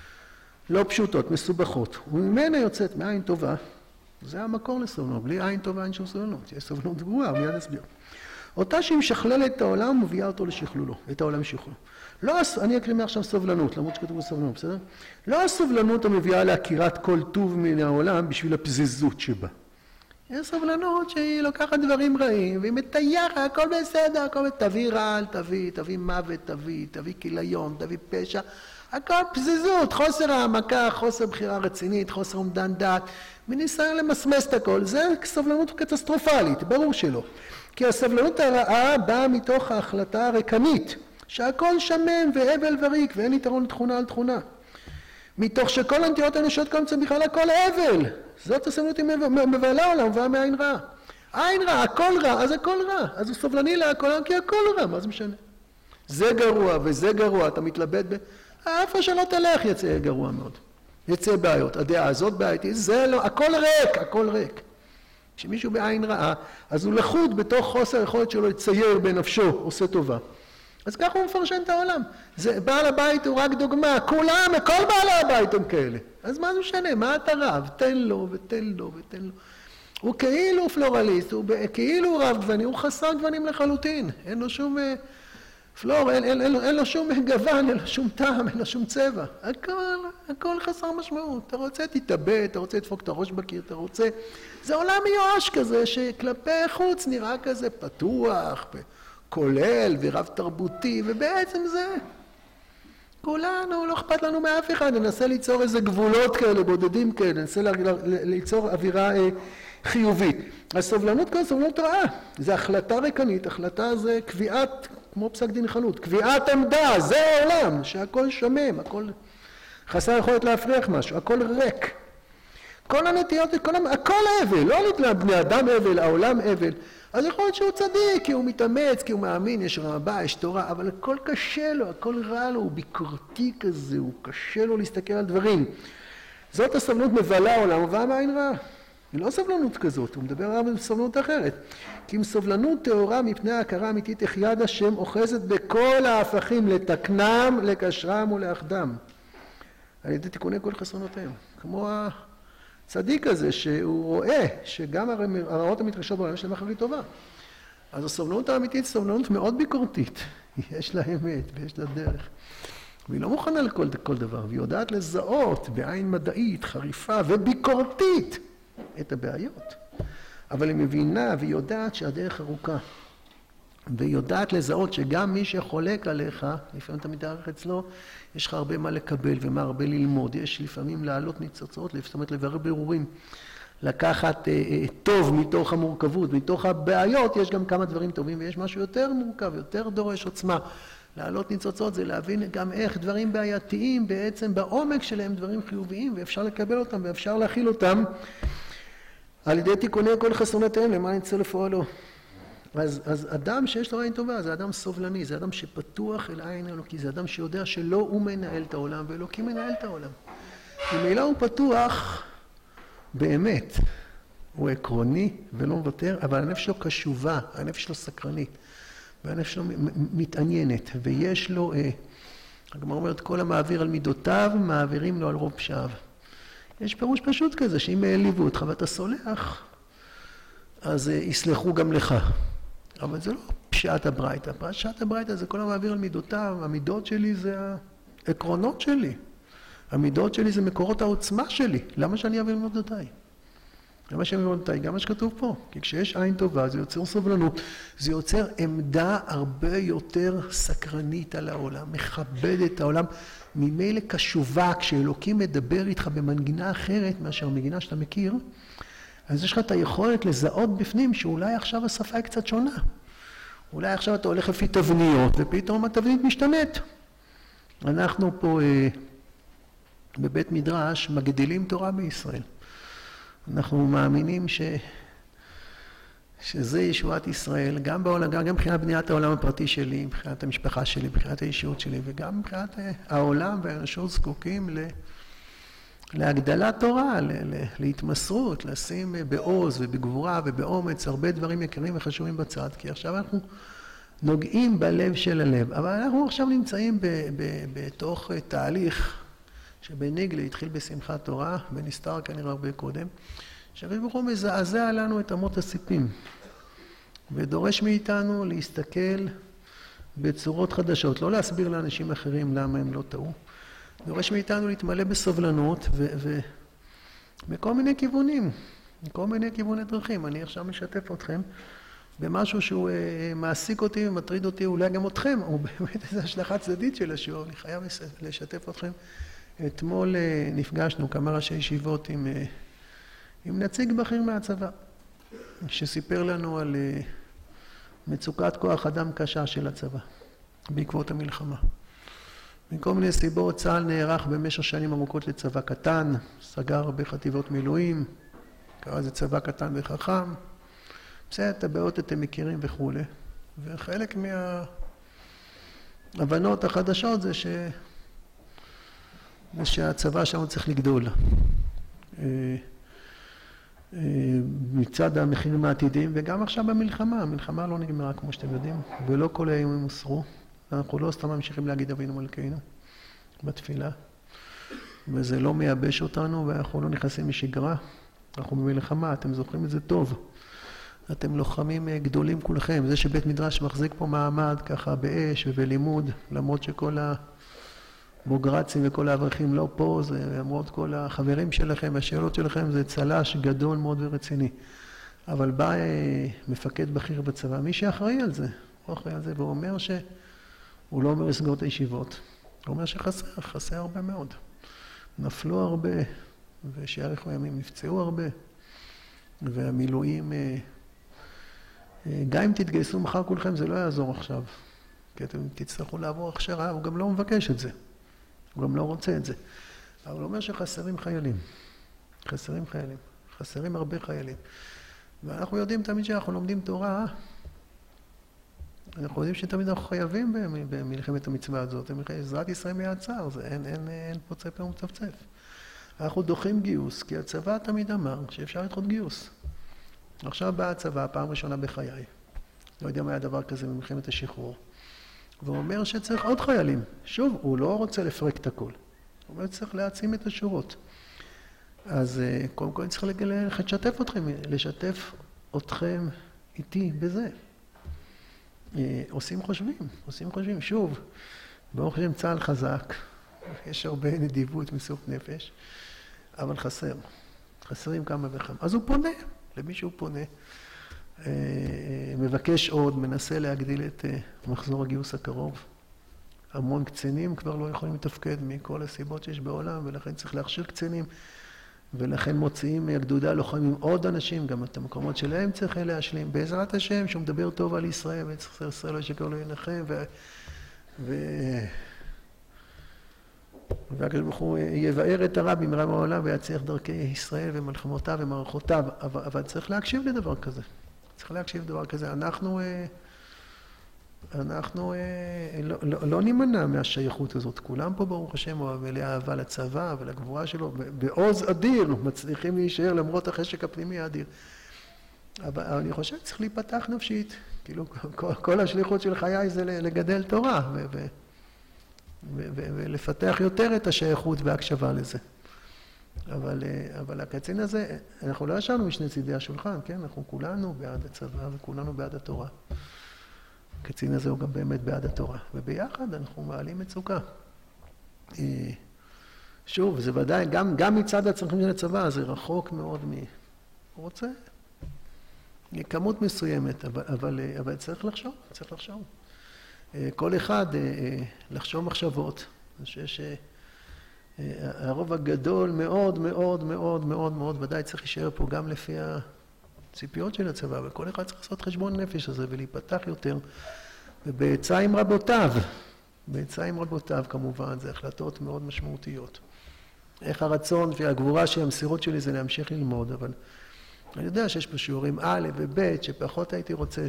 לא פשוטות, מסובכות. וממנה יוצאת מעין טובה, זה המקור לסובלנות. בלי עין טובה אין שום סובלנות, יש סובלנות גרועה, מיד נסביר. אותה שהיא משכללת את העולם מביאה אותו לשכלולו, את העולם שכלולו. לא, אני אקריא מעכשיו סובלנות, למרות שכתוב בסובלנות, בסדר? לא הסובלנות המביאה להכירת כל טוב מן העולם בשביל הפזיזות שבה. יש סובלנות שהיא לוקחת דברים רעים, והיא מתיירה, הכל בסדר, הכל תביא רעל, תביא מוות, תביא כיליון, תביא פשע, הכל פזיזות, חוסר העמקה, חוסר בחירה רצינית, חוסר אומדן דעת, וניסיון למסמס את הכל, זה סובלנות קטסטרופלית, ברור שלא. כי הסבלנות הרעה באה מתוך ההחלטה הריקנית, שהכל שמם והבל וריק, ואין יתרון תכונה על תכונה. מתוך שכל הנטיות האנושיות קמצא בכלל הכל הבל. זאת הסבלנות היא מבעלה עולם, ובאה מעין רע. עין רע, הכל רע, אז הכל רע. אז הוא סובלני להכל רע, כי הכל רע, מה זה משנה? זה גרוע וזה גרוע, אתה מתלבט איפה שלא תלך יצא גרוע מאוד. יצא בעיות, הדעה הזאת בעייתית, זה לא, הכל ריק, הכל ריק. כשמישהו בעין רעה, אז הוא לחוד בתוך חוסר יכולת שלו לצייר בנפשו, עושה טובה. אז ככה הוא מפרשן את העולם. בעל הבית הוא רק דוגמה, כולם, כל בעלי הבית הם כאלה. אז מה זה משנה? מה אתה רב? תן לו ותן לו ותן לו. הוא כאילו פלורליסט, הוא כאילו רב גווני, הוא חסר גוונים לחלוטין. אין לו שום פלור, אין לו שום גוון, אין לו שום טעם, אין לו שום צבע. הכל חסר משמעות. אתה רוצה תתאבד, אתה רוצה לדפוק את הראש בקיר, אתה רוצה... זה עולם מיואש כזה שכלפי חוץ נראה כזה פתוח, כולל ורב תרבותי, ובעצם זה כולנו, לא אכפת לנו מאף אחד, ננסה ליצור איזה גבולות כאלה, בודדים כאלה, ננסה ליצור אווירה חיובית. הסובלנות כאן סובלנות רעה, זה החלטה ריקנית, החלטה זה קביעת, כמו פסק דין חלוט, קביעת עמדה, זה העולם, שהכל שמם, הכל חסר יכולת להפריח משהו, הכל ריק. כל הנטיות, הכל אבל, לא בני אדם אבל, העולם אבל. אז יכול להיות שהוא צדיק, כי הוא מתאמץ, כי הוא מאמין, יש רבה, יש תורה, אבל הכל קשה לו, הכל רע לו, הוא ביקורתי כזה, הוא קשה לו להסתכל על דברים. זאת הסבלנות מבלה העולם, ובאה מעין רע. היא לא סבלנות כזאת, הוא מדבר עליו בסבלנות אחרת. כי אם סבלנות טהורה מפני ההכרה האמיתית, איך יד השם אוחזת בכל ההפכים לתקנם, לקשרם ולאחדם. על ידי תיקוני כל חסרונותיהם. כמו הצדיק הזה שהוא רואה שגם הרעות המתרחשות בעולם יש להם אחרית טובה. אז הסבלנות האמיתית היא סבלנות מאוד ביקורתית. יש לה אמת ויש לה דרך. והיא לא מוכנה לכל דבר, והיא יודעת לזהות בעין מדעית, חריפה וביקורתית את הבעיות. אבל היא מבינה והיא יודעת שהדרך ארוכה. והיא יודעת לזהות שגם מי שחולק עליך, לפעמים אתה מתארך אצלו, יש לך הרבה מה לקבל ומה הרבה ללמוד. יש לפעמים לעלות ניצוצות, לפעמים לברר בירורים, לקחת טוב מתוך המורכבות, מתוך הבעיות, יש גם כמה דברים טובים ויש משהו יותר מורכב, יותר דורש עוצמה. לעלות ניצוצות זה להבין גם איך דברים בעייתיים בעצם בעומק שלהם דברים חיוביים ואפשר לקבל אותם ואפשר להכיל אותם על ידי תיקוני כל חסרונותיהם למען יצא לפועלו. אז אדם שיש לו עין טובה זה אדם סובלני, זה אדם שפתוח אל עין אלוקי, זה אדם שיודע שלא הוא מנהל את העולם ואלוקים מנהל את העולם. ממילא הוא פתוח באמת, הוא עקרוני ולא מוותר, אבל הנפש שלו קשובה, הנפש שלו סקרנית, והנפש שלו מתעניינת, ויש לו, הגמרא אומרת, כל המעביר על מידותיו, מעבירים לו על רוב פשעיו. יש פירוש פשוט כזה, שאם העליבו אותך ואתה סולח, אז יסלחו גם לך. אבל זה לא פשעת הברייתא. פשעת הברייתא זה כל המעביר על מידותיו, המידות שלי זה העקרונות שלי. המידות שלי זה מקורות העוצמה שלי. למה שאני אעביר מידותיי? למה שאני אעביר מידותיי? גם מה שכתוב פה. כי כשיש עין טובה זה יוצר סובלנות. זה יוצר עמדה הרבה יותר סקרנית על העולם, מכבדת את העולם. ממילא קשובה, כשאלוקים מדבר איתך במנגינה אחרת מאשר מנגינה שאתה מכיר, אז יש לך את היכולת לזהות בפנים שאולי עכשיו השפה היא קצת שונה. אולי עכשיו אתה הולך לפי תבניות ופתאום התבנית משתנית. אנחנו פה בבית מדרש מגדילים תורה בישראל. אנחנו מאמינים שזה ישועת ישראל, גם בעולם, גם מבחינת בניית העולם הפרטי שלי, מבחינת המשפחה שלי, מבחינת האישיות שלי, וגם מבחינת העולם והאנושות זקוקים להגדלת תורה, להתמסרות, לשים בעוז ובגבורה ובאומץ הרבה דברים יקרים וחשובים בצד, כי עכשיו אנחנו נוגעים בלב של הלב, אבל אנחנו עכשיו נמצאים בתוך תהליך שבניגלה התחיל בשמחת תורה, ונסתר כנראה הרבה קודם, שבברוך מזעזע לנו את אמות הסיפים, ודורש מאיתנו להסתכל בצורות חדשות, לא להסביר לאנשים אחרים למה הם לא טעו, דורש מאיתנו להתמלא בסובלנות ובכל מיני כיוונים, בכל מיני כיווני דרכים. אני עכשיו משתף אתכם במשהו שהוא מעסיק אותי ומטריד אותי, אולי גם אתכם, הוא באמת איזו השלכה צדדית של השיעור, אני חייב לשתף אתכם. אתמול נפגשנו כמה ראשי ישיבות עם נציג בכיר מהצבא, שסיפר לנו על מצוקת כוח אדם קשה של הצבא בעקבות המלחמה. מכל מיני סיבות צה"ל נערך במשך שנים ארוכות לצבא קטן, סגר הרבה חטיבות מילואים, קרא זה צבא קטן וחכם, בסדר, את הבעיות אתם מכירים וכו'. וחלק מההבנות החדשות זה שהצבא שם צריך לגדול. מצד המחירים העתידיים וגם עכשיו במלחמה, המלחמה לא נגמרה כמו שאתם יודעים, ולא כל האיומים הוסרו. אנחנו לא סתם ממשיכים להגיד אבינו מלכנו בתפילה, וזה לא מייבש אותנו ואנחנו לא נכנסים משגרה, אנחנו במלחמה, אתם זוכרים את זה טוב, אתם לוחמים גדולים כולכם, זה שבית מדרש מחזיק פה מעמד ככה באש ובלימוד, למרות שכל הבוגרצים וכל האברכים לא פה, זה למרות כל החברים שלכם והשאלות שלכם, זה צלש גדול מאוד ורציני, אבל בא מפקד בכיר בצבא, מי שאחראי על זה, הוא אחראי על זה והוא אומר הוא לא אומר לסגור את הישיבות, הוא אומר חסר הרבה מאוד. נפלו הרבה, ושיאריכו ימים נפצעו הרבה, והמילואים, גם אם תתגייסו מחר כולכם, זה לא יעזור עכשיו. כי אתם תצטרכו לעבור הכשרה, הוא גם לא מבקש את זה. הוא גם לא רוצה את זה. אבל הוא אומר שחסרים חיילים. חסרים הרבה חיילים. ואנחנו יודעים תמיד שאנחנו לומדים תורה, אנחנו יודעים שתמיד אנחנו חייבים במלחמת המצווה הזאת. עזרת ישראל מהצער, אין פוצה פה ומצפצף. אנחנו דוחים גיוס, כי הצבא תמיד אמר שאפשר לדחות גיוס. עכשיו בא הצבא, פעם ראשונה בחיי. לא יודע מה היה דבר כזה במלחמת השחרור. והוא אומר שצריך עוד חיילים. שוב, הוא לא רוצה לפרק את הכל. הוא אומר שצריך להעצים את השורות. אז קודם כל אני צריך לשתף אתכם איתי בזה. עושים חושבים. שוב, ברוך השם צה"ל חזק, יש הרבה נדיבות מסוף נפש, אבל חסרים כמה וכמה. אז הוא פונה, למי שהוא פונה, מבקש עוד, מנסה להגדיל את מחזור הגיוס הקרוב. המון קצינים כבר לא יכולים לתפקד מכל הסיבות שיש בעולם, ולכן צריך להכשיר קצינים, ולכן מוציאים מהגדודה לוחמים עוד אנשים, גם את המקומות שלהם צריך להשלים. בעזרת השם, שהוא מדבר טוב על ישראל, וצריך ישראל לא שקר לא ינחם, והקדוש ברוך הוא יבאר את הרע במהרה מהעולם ויצליח דרכי ישראל ומלחמותיו ומערכותיו, אבל צריך להקשיב לדבר כזה. אנחנו לא נימנע מהשייכות הזאת. כולם פה ברוך השם מלא אהבה לצבא ולגבורה שלו, בעוז אדיר מצליחים להישאר למרות החשק הפנימי האדיר. אבל אני חושב שצריך להיפתח נפשית. כאילו כל השליחות של חיי זה לגדל תורה ולפתח יותר את השייכות וההקשבה לזה. אבל הקצין הזה, אנחנו לא ישבנו משני צידי השולחן, כן? אנחנו כולנו בעד הצבא וכולנו בעד התורה. הקצין הזה הוא גם באמת בעד התורה, וביחד אנחנו מעלים מצוקה. שוב, זה ודאי, גם מצד הצרכים של הצבא, זה רחוק מאוד הוא רוצה כמות מסוימת, אבל צריך לחשוב. כל אחד לחשוב מחשבות. אני חושב שהרוב הגדול מאוד מאוד מאוד מאוד מאוד ודאי צריך להישאר פה גם לפי הציפיות של הצבא, וכל אחד צריך לעשות חשבון נפש הזה ולהיפתח יותר. ובעצה עם רבותיו כמובן, זה החלטות מאוד משמעותיות. איך הרצון והגבורה של המסירות שלי זה להמשיך ללמוד, אבל אני יודע שיש פה שיעורים א' וב' שפחות הייתי רוצה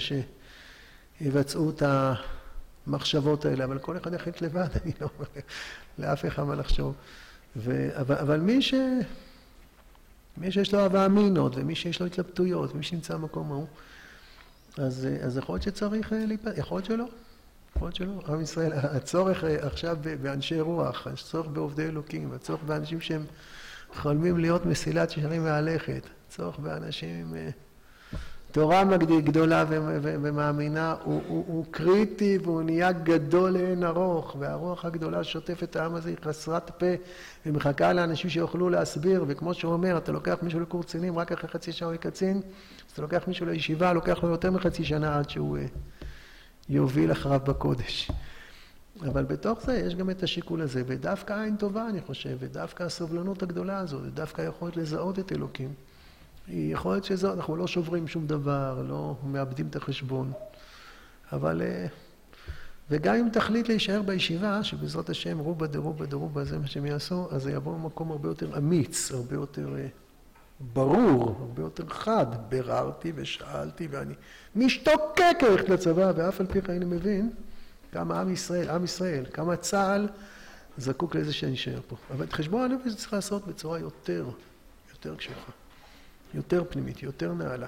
שיבצעו את המחשבות האלה, אבל כל אחד יחליט לבד, אני לא אומר לאף אחד מה לחשוב. אבל מי שיש לו אהבה אמינות, ומי שיש לו התלבטויות, ומי שנמצא במקום ההוא, אז יכול להיות שצריך יכול להיות שלא. עם ישראל, הצורך עכשיו באנשי רוח, הצורך בעובדי אלוקים, הצורך באנשים שהם חולמים להיות מסילת ישרים מהלכת, הצורך באנשים עם תורה גדולה ומאמינה, הוא קריטי והוא נהיה גדול לאין ארוך, והרוח הגדולה שוטפת את העם הזה, היא חסרת פה ומחכה לאנשים שיוכלו להסביר, וכמו שהוא אומר, אתה לוקח מישהו לקורס קצינים, רק אחרי חצי שעה הוא קצין, אז אתה לוקח מישהו לישיבה, לוקח לו יותר מחצי שנה עד שהוא יוביל אחריו בקודש. אבל בתוך זה יש גם את השיקול הזה, ודווקא עין טובה אני חושב, ודווקא הסובלנות הגדולה הזאת, ודווקא יכולת לזהות את אלוקים. היא יכולת שזאת, אנחנו לא שוברים שום דבר, לא מאבדים את החשבון, אבל, וגם אם תחליט להישאר בישיבה, שבעזרת השם רובה דרובה, זה מה שהם יעשו, אז זה יבוא במקום הרבה יותר אמיץ, הרבה יותר ברור, הרבה יותר חד. בררתי ושאלתי ואני משתוקק ללכת לצבא, ואף על פי כן אני מבין כמה עם ישראל, כמה צה"ל זקוק לזה שנשאר פה. אבל את חשבון הנפש צריך לעשות בצורה יותר קשוחה. יותר פנימית, יותר נעלה.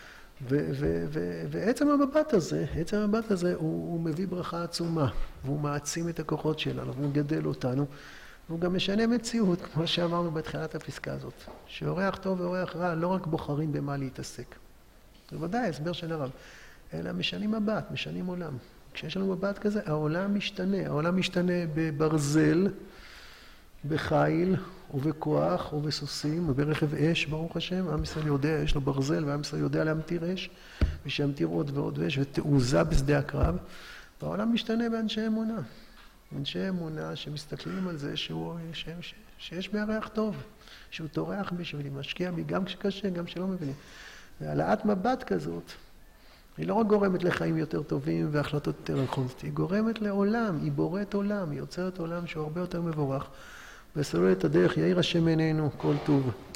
ועצם המבט הזה הוא מביא ברכה עצומה, והוא מעצים את הכוחות שלנו, והוא גדל אותנו, והוא גם משנה מציאות, כמו שאמרנו בתחילת הפסקה הזאת, שאורח טוב ואורח רע לא רק בוחרים במה להתעסק. זה ודאי הסבר של הרב, אלא משנים מבט, משנים עולם. כשיש לנו מבט כזה, העולם משתנה בברזל, בחיל ובכוח ובסוסים וברכב אש, ברוך השם. עם ישראל יודע, יש לו ברזל, ועם ישראל יודע להמטיר אש, ושימטיר עוד ועוד אש, ותעוזה בשדה הקרב. והעולם משתנה באנשי אמונה. אנשי אמונה שמסתכלים על זה שיש בי הריח טוב, שהוא טורח בשבילי, משקיע בי גם כשקשה, גם כשלא מבינים. והעלאת מבט כזאת, היא לא רק גורמת לחיים יותר טובים והחלטות יותר נכונות, היא גורמת לעולם, היא בוראת עולם, היא יוצרת עולם שהוא הרבה יותר מבורך. וסלול את הדרך, יאיר השם עינינו, כל טוב.